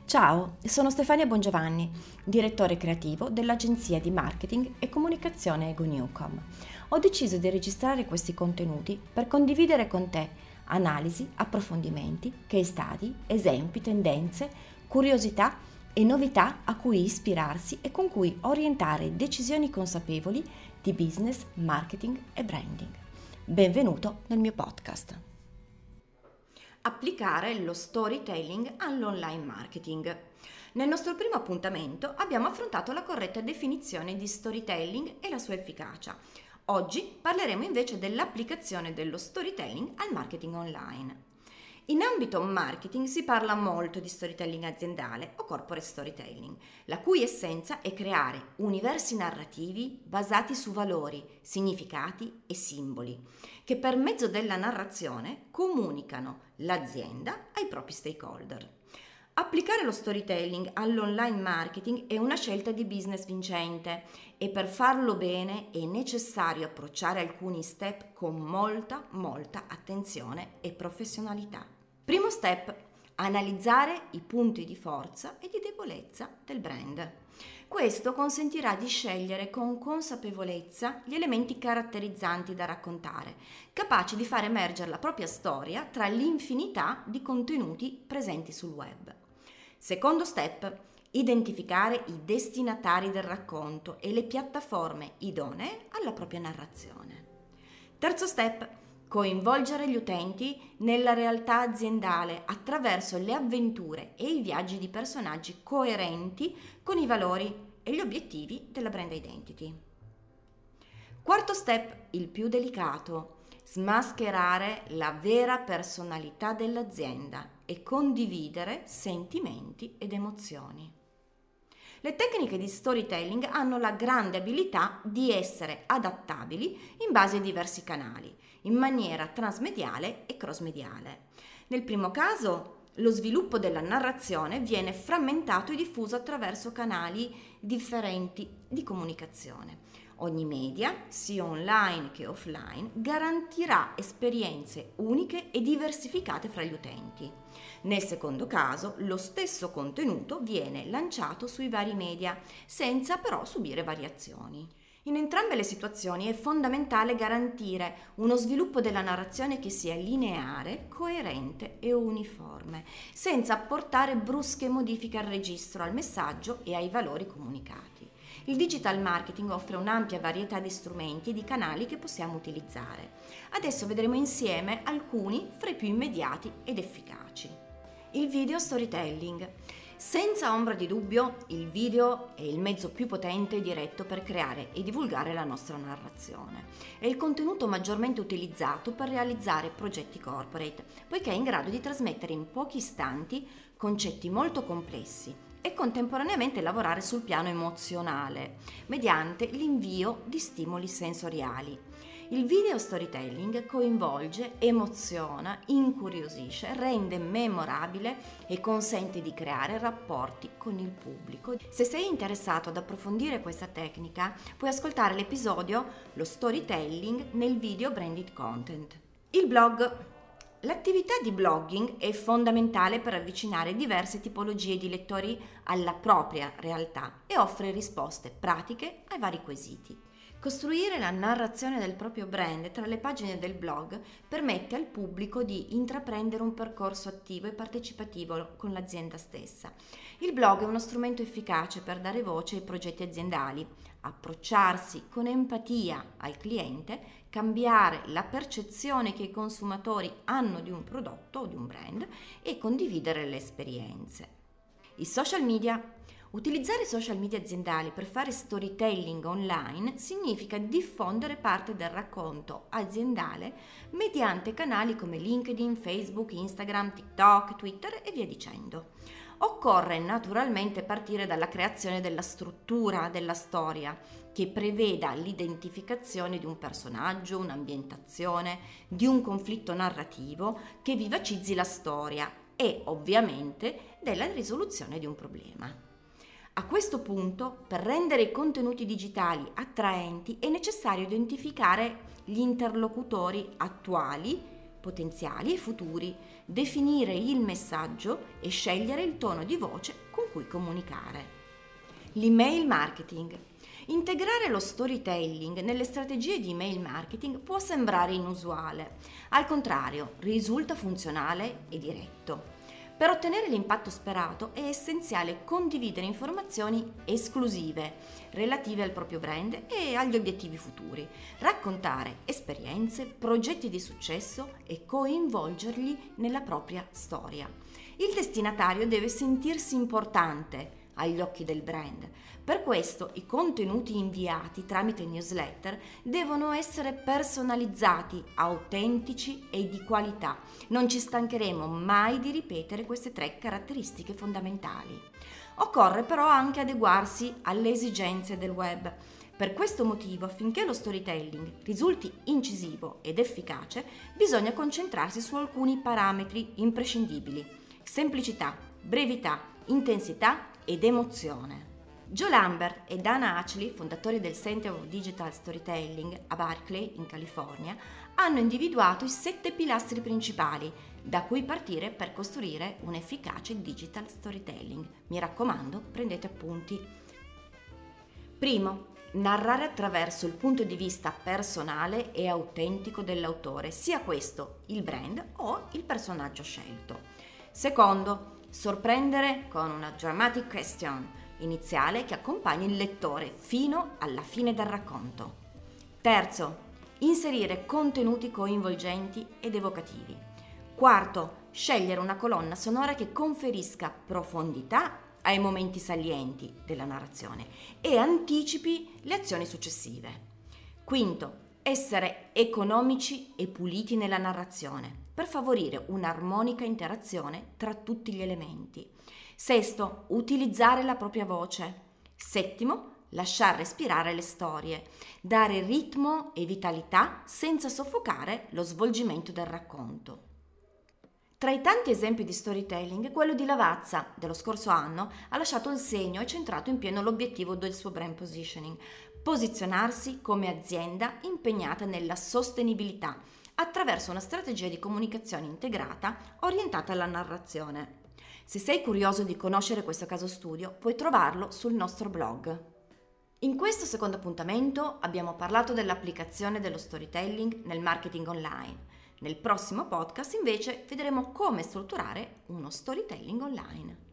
Ciao, sono Stefania Bongiovanni, direttore creativo dell'agenzia di marketing e comunicazione Ego Newcom. Ho deciso di registrare questi contenuti per condividere con te analisi, approfondimenti, case study, esempi, tendenze, curiosità e novità a cui ispirarsi e con cui orientare decisioni consapevoli di business, marketing e branding. Benvenuto nel mio podcast. Applicare lo storytelling all'online marketing. Nel nostro primo appuntamento abbiamo affrontato la corretta definizione di storytelling e la sua efficacia. Oggi parleremo invece dell'applicazione dello storytelling al marketing online. In ambito marketing si parla molto di storytelling aziendale o corporate storytelling, la cui essenza è creare universi narrativi basati su valori, significati e simboli, che per mezzo della narrazione comunicano l'azienda ai propri stakeholder. Applicare lo storytelling all'online marketing è una scelta di business vincente e per farlo bene è necessario approcciare alcuni step con molta attenzione e professionalità. Primo step: analizzare i punti di forza e di debolezza del brand. Questo consentirà di scegliere con consapevolezza gli elementi caratterizzanti da raccontare, capaci di far emergere la propria storia tra l'infinità di contenuti presenti sul web. Secondo step: identificare i destinatari del racconto e le piattaforme idonee alla propria narrazione. Terzo step: coinvolgere gli utenti nella realtà aziendale attraverso le avventure e i viaggi di personaggi coerenti con i valori e gli obiettivi della brand identity. Quarto step, il più delicato: smascherare la vera personalità dell'azienda e condividere sentimenti ed emozioni. Le tecniche di storytelling hanno la grande abilità di essere adattabili in base ai diversi canali, in maniera transmediale e crossmediale. Nel primo caso, lo sviluppo della narrazione viene frammentato e diffuso attraverso canali differenti di comunicazione. Ogni media, sia online che offline, garantirà esperienze uniche e diversificate fra gli utenti. Nel secondo caso, lo stesso contenuto viene lanciato sui vari media, senza però subire variazioni. In entrambe le situazioni è fondamentale garantire uno sviluppo della narrazione che sia lineare, coerente e uniforme, senza apportare brusche modifiche al registro, al messaggio e ai valori comunicati. Il digital marketing offre un'ampia varietà di strumenti e di canali che possiamo utilizzare. Adesso vedremo insieme alcuni fra i più immediati ed efficaci. Il video storytelling. Senza ombra di dubbio, il video è il mezzo più potente e diretto per creare e divulgare la nostra narrazione. È il contenuto maggiormente utilizzato per realizzare progetti corporate, poiché è in grado di trasmettere in pochi istanti concetti molto complessi e contemporaneamente lavorare sul piano emozionale, mediante l'invio di stimoli sensoriali. Il video storytelling coinvolge, emoziona, incuriosisce, rende memorabile e consente di creare rapporti con il pubblico. Se sei interessato ad approfondire questa tecnica, puoi ascoltare l'episodio Lo storytelling nel video branded content. Il blog. L'attività di blogging è fondamentale per avvicinare diverse tipologie di lettori alla propria realtà e offre risposte pratiche ai vari quesiti. Costruire la narrazione del proprio brand tra le pagine del blog permette al pubblico di intraprendere un percorso attivo e partecipativo con l'azienda stessa. Il blog è uno strumento efficace per dare voce ai progetti aziendali, approcciarsi con empatia al cliente, cambiare la percezione che i consumatori hanno di un prodotto o di un brand e condividere le esperienze. I social media. Utilizzare i social media aziendali per fare storytelling online significa diffondere parte del racconto aziendale mediante canali come LinkedIn, Facebook, Instagram, TikTok, Twitter e via dicendo. Occorre naturalmente partire dalla creazione della struttura della storia, che preveda l'identificazione di un personaggio, un'ambientazione, di un conflitto narrativo che vivacizzi la storia e ovviamente della risoluzione di un problema. A questo punto, per rendere i contenuti digitali attraenti, è necessario identificare gli interlocutori attuali, potenziali e futuri definire il messaggio e scegliere il tono di voce con cui comunicare. L'email marketing. Integrare lo storytelling nelle strategie di email marketing può sembrare inusuale, al contrario, risulta funzionale e diretto. Per ottenere l'impatto sperato è essenziale condividere informazioni esclusive relative al proprio brand e agli obiettivi futuri, raccontare esperienze, progetti di successo e coinvolgerli nella propria storia. Il destinatario deve sentirsi importante agli occhi del brand. Per questo i contenuti inviati tramite newsletter devono essere personalizzati, autentici e di qualità. Non ci stancheremo mai di ripetere queste 3 caratteristiche fondamentali. Occorre però anche adeguarsi alle esigenze del web. Per questo motivo, affinché lo storytelling risulti incisivo ed efficace, bisogna concentrarsi su alcuni parametri imprescindibili: semplicità, brevità, intensità ed emozione. Joe Lambert e Dana Ashley, fondatori del Center of Digital Storytelling a Berkeley, in California, hanno individuato i 7 pilastri principali da cui partire per costruire un efficace digital storytelling. Mi raccomando, prendete appunti. Primo, narrare attraverso il punto di vista personale e autentico dell'autore, sia questo il brand o il personaggio scelto. Secondo, sorprendere con una dramatic question iniziale che accompagni il lettore fino alla fine del racconto. Terzo, inserire contenuti coinvolgenti ed evocativi. Quarto, scegliere una colonna sonora che conferisca profondità ai momenti salienti della narrazione e anticipi le azioni successive. Quinto, essere economici e puliti nella narrazione per favorire un'armonica interazione tra tutti gli elementi. Sesto, utilizzare la propria voce. Settimo, lasciar respirare le storie, dare ritmo e vitalità senza soffocare lo svolgimento del racconto. Tra i tanti esempi di storytelling, quello di Lavazza dello scorso anno ha lasciato il segno e centrato in pieno l'obiettivo del suo brand positioning: posizionarsi come azienda impegnata nella sostenibilità attraverso una strategia di comunicazione integrata orientata alla narrazione. Se sei curioso di conoscere questo caso studio, puoi trovarlo sul nostro blog. In questo secondo appuntamento abbiamo parlato dell'applicazione dello storytelling nel marketing online. Nel prossimo podcast invece vedremo come strutturare uno storytelling online.